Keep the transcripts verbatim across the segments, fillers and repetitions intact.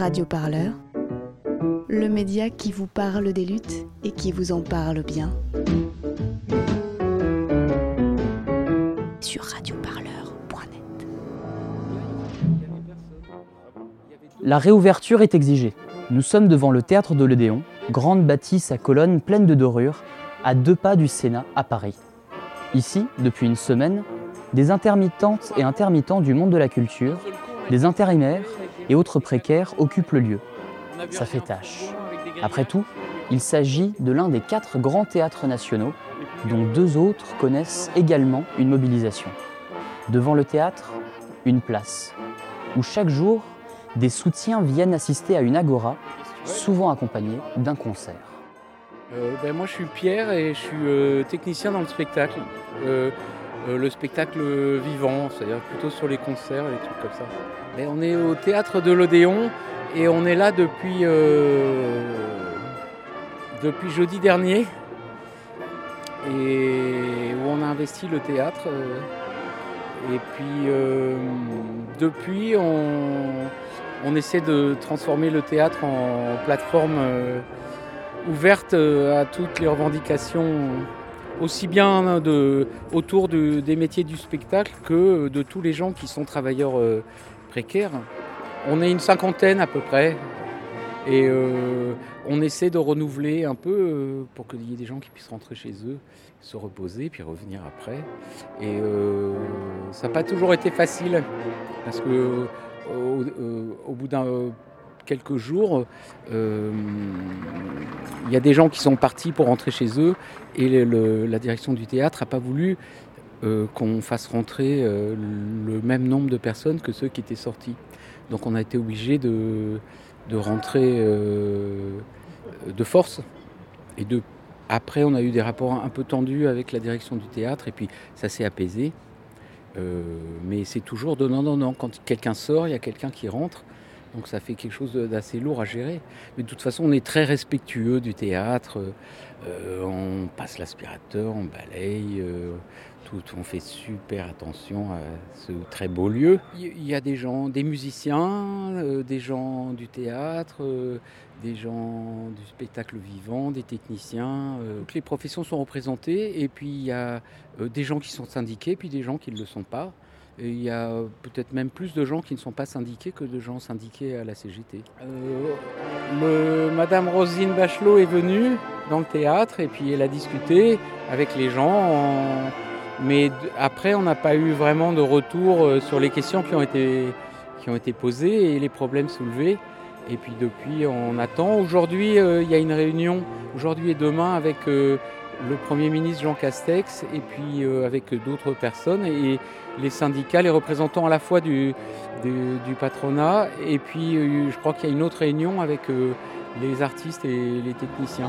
Radio Parleur, le média qui vous parle des luttes et qui vous en parle bien. Sur radioparleur point net. La réouverture est exigée. Nous sommes devant le théâtre de l'Odéon, grande bâtisse à colonnes pleines de dorures, à deux pas du Sénat à Paris. Ici, depuis une semaine, des intermittentes et intermittents du monde de la culture, des intérimaires et autres précaires occupent le lieu. Ça fait tâche. Après tout, il s'agit de l'un des quatre grands théâtres nationaux, dont deux autres connaissent également une mobilisation. Devant le théâtre, une place, où chaque jour, des soutiens viennent assister à une agora, souvent accompagnée d'un concert. Euh, ben moi je suis Pierre et je suis euh, technicien dans le spectacle. Euh, euh, le spectacle vivant, c'est-à-dire plutôt sur les concerts et les trucs comme ça. Mais on est au théâtre de l'Odéon et on est là depuis, euh, depuis jeudi dernier. Et où on a investi le théâtre. Et puis euh, depuis on, on essaie de transformer le théâtre en plateforme euh, ouverte à toutes les revendications, aussi bien de, autour de, des métiers du spectacle que de tous les gens qui sont travailleurs euh, précaires. On est une cinquantaine à peu près et euh, on essaie de renouveler un peu euh, pour qu'il y ait des gens qui puissent rentrer chez eux, se reposer puis revenir après. Et euh, ça n'a pas toujours été facile parce que euh, au, euh, au bout d'un euh, quelques jours, il euh, y a des gens qui sont partis pour rentrer chez eux et le, le, la direction du théâtre n'a pas voulu euh, qu'on fasse rentrer euh, le même nombre de personnes que ceux qui étaient sortis. Donc on a été obligé de, de rentrer euh, de force. Et de, après on a eu des rapports un peu tendus avec la direction du théâtre et puis ça s'est apaisé. Euh, mais c'est toujours donnant-donnant. Quand quelqu'un sort, il y a quelqu'un qui rentre. Donc ça fait quelque chose d'assez lourd à gérer. Mais de toute façon, on est très respectueux du théâtre. Euh, on passe l'aspirateur, on balaye. Euh, tout, on fait super attention à ce très beau lieu. Il y a des gens, des musiciens, euh, des gens du théâtre, euh, des gens du spectacle vivant, des techniciens. Euh, toutes les professions sont représentées. Et puis il y a euh, des gens qui sont syndiqués, puis des gens qui ne le sont pas. Et il y a peut-être même plus de gens qui ne sont pas syndiqués que de gens syndiqués à la C G T. Euh, le, Madame Roselyne Bachelot est venue dans le théâtre et puis elle a discuté avec les gens. En... Mais après, on n'a pas eu vraiment de retour sur les questions qui ont été, qui ont été posées et les problèmes soulevés. Et puis depuis, on attend. Aujourd'hui, euh, il y a une réunion, aujourd'hui et demain, avec... Euh, le Premier ministre Jean Castex et puis euh, avec d'autres personnes et les syndicats, les représentants à la fois du, du, du patronat et puis euh, je crois qu'il y a une autre réunion avec euh, les artistes et les techniciens.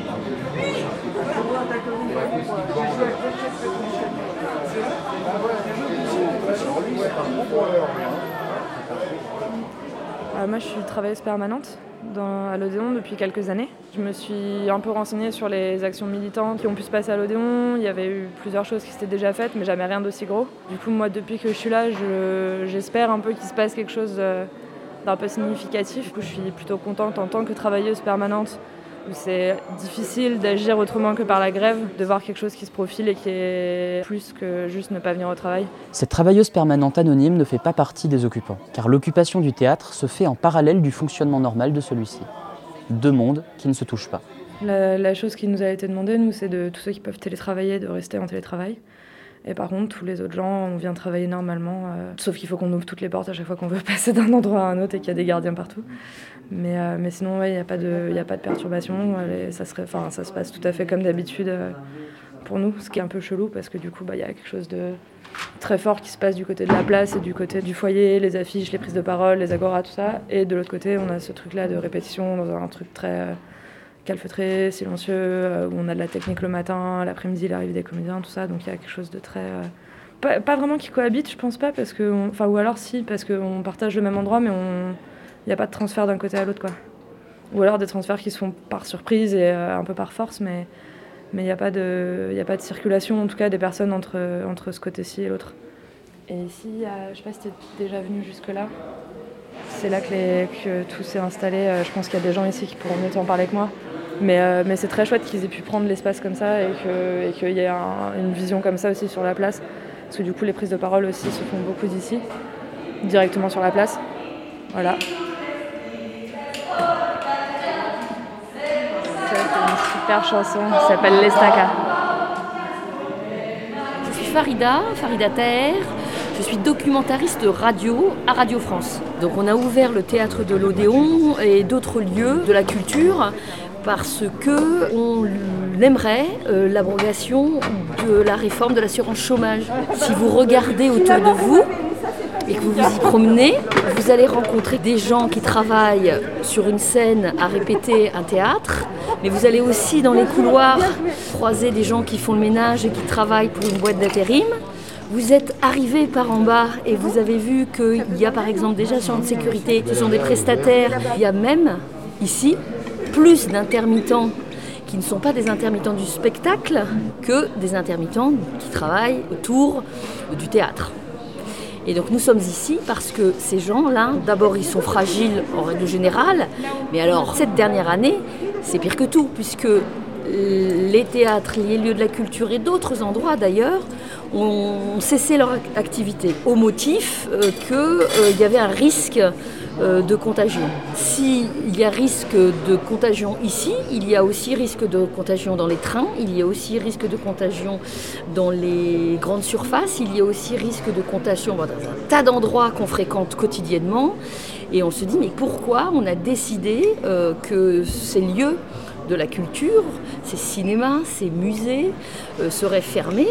Euh, moi je suis travailleuse permanente dans, à l'Odéon depuis quelques années. Je me suis un peu renseignée sur les actions militantes qui ont pu se passer à l'Odéon. Il y avait eu plusieurs choses qui s'étaient déjà faites, mais jamais rien d'aussi gros. Du coup, moi, depuis que je suis là, je, j'espère un peu qu'il se passe quelque chose d'un peu significatif. Du coup, je suis plutôt contente en tant que travailleuse permanente, où c'est difficile d'agir autrement que par la grève, de voir quelque chose qui se profile et qui est plus que juste ne pas venir au travail. Cette travailleuse permanente anonyme ne fait pas partie des occupants, car l'occupation du théâtre se fait en parallèle du fonctionnement normal de celui-ci. Deux mondes qui ne se touchent pas. La, la chose qui nous a été demandée, nous, c'est de tous ceux qui peuvent télétravailler, de rester en télétravail. Et par contre, tous les autres gens, on vient travailler normalement, euh, sauf qu'il faut qu'on ouvre toutes les portes à chaque fois qu'on veut passer d'un endroit à un autre et qu'il y a des gardiens partout. Mais, euh, mais sinon, il ouais, n'y a pas de, y a pas de perturbation. Et ça, serait, ça se passe tout à fait comme d'habitude euh, pour nous, ce qui est un peu chelou parce que du coup, bah, y a quelque chose de très fort qui se passe du côté de la place et du côté du foyer, les affiches, les prises de parole, les agoras, tout ça. Et de l'autre côté, on a ce truc-là de répétition dans un truc très... Euh, calfeutré, silencieux, euh, où on a de la technique le matin, l'après-midi, l'arrivée des comédiens, tout ça. Donc il y a quelque chose de très... Euh, pas, pas vraiment qui cohabite, je pense pas, parce que... Enfin, ou alors si, parce qu'on partage le même endroit, mais il n'y a pas de transfert d'un côté à l'autre, quoi. Ou alors des transferts qui se font par surprise et euh, un peu par force, mais il n'y a pas de, y a pas de circulation, en tout cas, des personnes entre, entre ce côté-ci et l'autre. Et ici, euh, je sais pas si tu es déjà venu jusque-là. c'est là que, les, que tout s'est installé. Je pense qu'il y a des gens ici qui pourront mieux t'en parler que moi. Mais, euh, mais c'est très chouette qu'ils aient pu prendre l'espace comme ça et que, et qu'il y ait un, une vision comme ça aussi sur la place. Parce que du coup, les prises de parole aussi se font beaucoup d'ici, directement sur la place. Voilà. C'est une super chanson qui s'appelle L'Estaca. Je suis Farida, Farida Taher. Je suis documentariste radio à Radio France. Donc on a ouvert le théâtre de l'Odéon et d'autres lieux de la culture parce qu'on aimerait euh, l'abrogation de la réforme de l'assurance chômage. Si vous regardez autour de vous et que vous vous y promenez, vous allez rencontrer des gens qui travaillent sur une scène à répéter un théâtre, mais vous allez aussi dans les couloirs croiser des gens qui font le ménage et qui travaillent pour une boîte d'intérim. Vous êtes arrivé par en bas et vous avez vu qu'il y a par exemple des agents de sécurité, ce sont des prestataires. Il y a même ici plus d'intermittents qui ne sont pas des intermittents du spectacle que des intermittents qui travaillent autour du théâtre. Et donc nous sommes ici parce que ces gens-là, d'abord ils sont fragiles en règle générale, mais alors cette dernière année, c'est pire que tout, puisque les théâtres, les lieux de la culture et d'autres endroits d'ailleurs ont cessé leur activité au motif euh, qu'il euh, y avait un risque euh, de contagion. S'il y a risque de contagion ici, il y a aussi risque de contagion dans les trains, il y a aussi risque de contagion dans les grandes surfaces, il y a aussi risque de contagion dans un tas d'endroits qu'on fréquente quotidiennement. Et on se dit, mais pourquoi on a décidé euh, que ces lieux de la culture, ces cinémas, ces musées euh, seraient fermés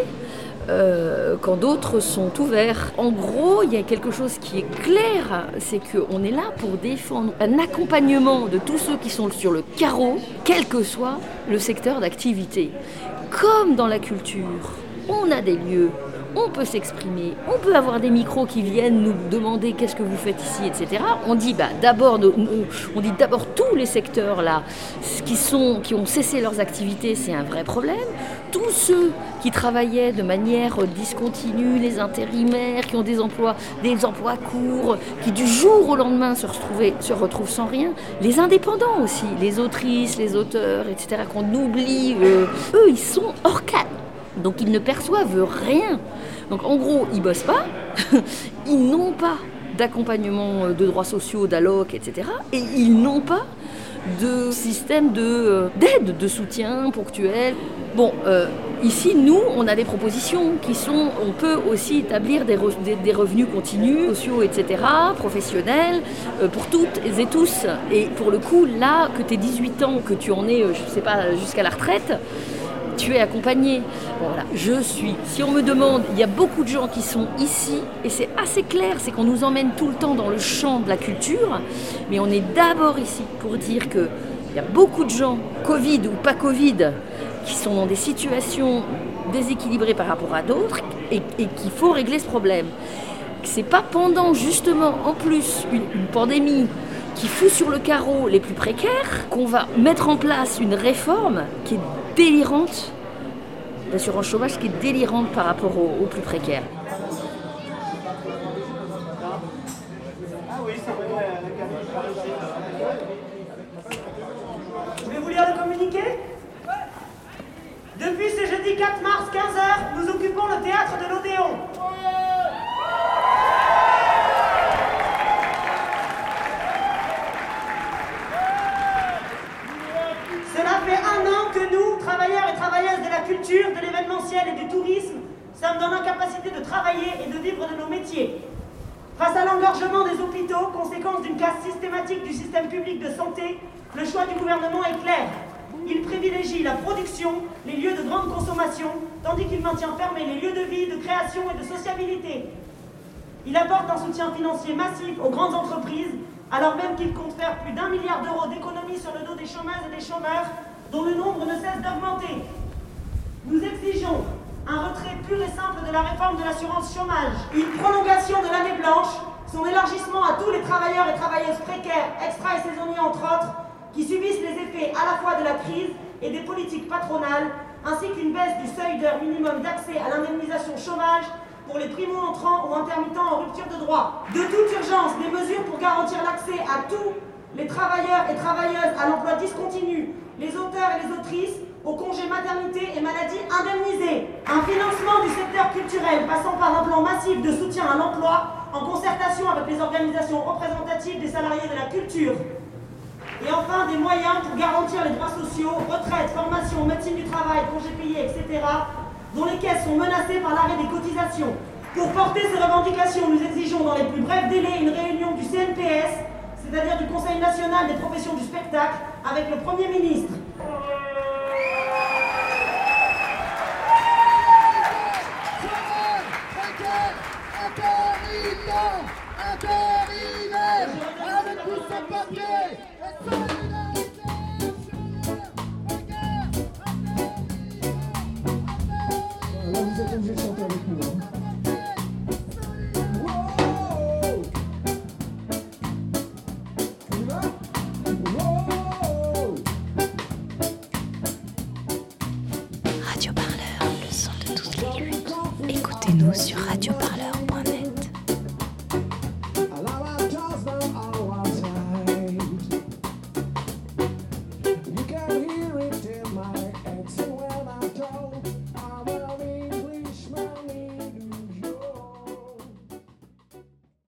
euh, quand d'autres sont ouverts. En gros, il y a quelque chose qui est clair, c'est qu'on est là pour défendre un accompagnement de tous ceux qui sont sur le carreau, quel que soit le secteur d'activité. Comme dans la culture, on a des lieux, on peut s'exprimer, on peut avoir des micros qui viennent nous demander qu'est-ce que vous faites ici, et cetera. On dit bah, d'abord, on dit d'abord tous les secteurs là, qui, sont, qui ont cessé leurs activités, c'est un vrai problème. Tous ceux qui travaillaient de manière discontinue, les intérimaires, qui ont des emplois, des emplois courts, qui du jour au lendemain se, se retrouvent sans rien. Les indépendants aussi, les autrices, les auteurs, et cetera, qu'on oublie, euh, eux, ils sont hors cadre. Donc ils ne perçoivent rien. Donc en gros, ils ne bossent pas, ils n'ont pas d'accompagnement de droits sociaux, d'alloc, et cetera. Et ils n'ont pas de système de, d'aide, de soutien ponctuel. Bon, euh, ici, nous, on a des propositions qui sont, on peut aussi établir des, re, des, des revenus continus, sociaux, et cetera, professionnels, euh, pour toutes et tous. Et pour le coup, là, que tu aies dix-huit ans, que tu en aies, je ne sais pas, jusqu'à la retraite, tu es accompagné. Bon, voilà. Je suis. Si on me demande, il y a beaucoup de gens qui sont ici, et c'est assez clair, c'est qu'on nous emmène tout le temps dans le champ de la culture, mais on est d'abord ici pour dire qu'il y a beaucoup de gens, Covid ou pas Covid, qui sont dans des situations déséquilibrées par rapport à d'autres, et, et qu'il faut régler ce problème. C'est pas pendant justement, en plus, une, une pandémie qui fout sur le carreau les plus précaires, qu'on va mettre en place une réforme qui est délirante, l'assurance chômage qui est délirante par rapport aux, aux plus précaires. Je vais vous lire le communiqué. Depuis ce jeudi quatre mars quinze heures, nous occupons le théâtre de l'Odéon. Cela fait un an que nous, travailleurs et travailleuses de la culture, de l'événementiel et du tourisme, sommes dans l'incapacité de travailler et de vivre de nos métiers. Face à l'engorgement des hôpitaux, conséquence d'une casse systématique du système public de santé, le choix du gouvernement est clair. Il privilégie la production, les lieux de grande consommation, tandis qu'il maintient fermés les lieux de vie, de création et de sociabilité. Il apporte un soutien financier massif aux grandes entreprises, alors même qu'il compte faire plus d'un milliard d'euros d'économies sur le dos des chômeuses et des chômeurs, dont le nombre ne cesse d'augmenter. Nous exigeons un retrait pur et simple de la réforme de l'assurance chômage, une prolongation de l'année blanche, son élargissement à tous les travailleurs et travailleuses précaires, extra et saisonniers entre autres, qui subissent les effets à la fois de la crise et des politiques patronales, ainsi qu'une baisse du seuil d'heure minimum d'accès à l'indemnisation chômage pour les primo-entrants ou intermittents en rupture de droit. De toute urgence, des mesures pour garantir l'accès à tous les travailleurs et travailleuses à l'emploi discontinu, les auteurs et les autrices, au congé maternité et maladie indemnisés. Un financement du secteur culturel passant par un plan massif de soutien à l'emploi en concertation avec les organisations représentatives des salariés de la culture. Et enfin, des moyens pour garantir les droits sociaux, retraite, formation, médecine du travail, congés payés, et cetera, dont les caisses sont menacées par l'arrêt des cotisations. Pour porter ces revendications, nous exigeons dans les plus brefs délais une réunion du C N P S, c'est-à-dire du Conseil national des professions du spectacle, avec le Premier ministre. Radio Parleur, le son de toutes les luttes. Écoutez-nous sur Radio Parleur.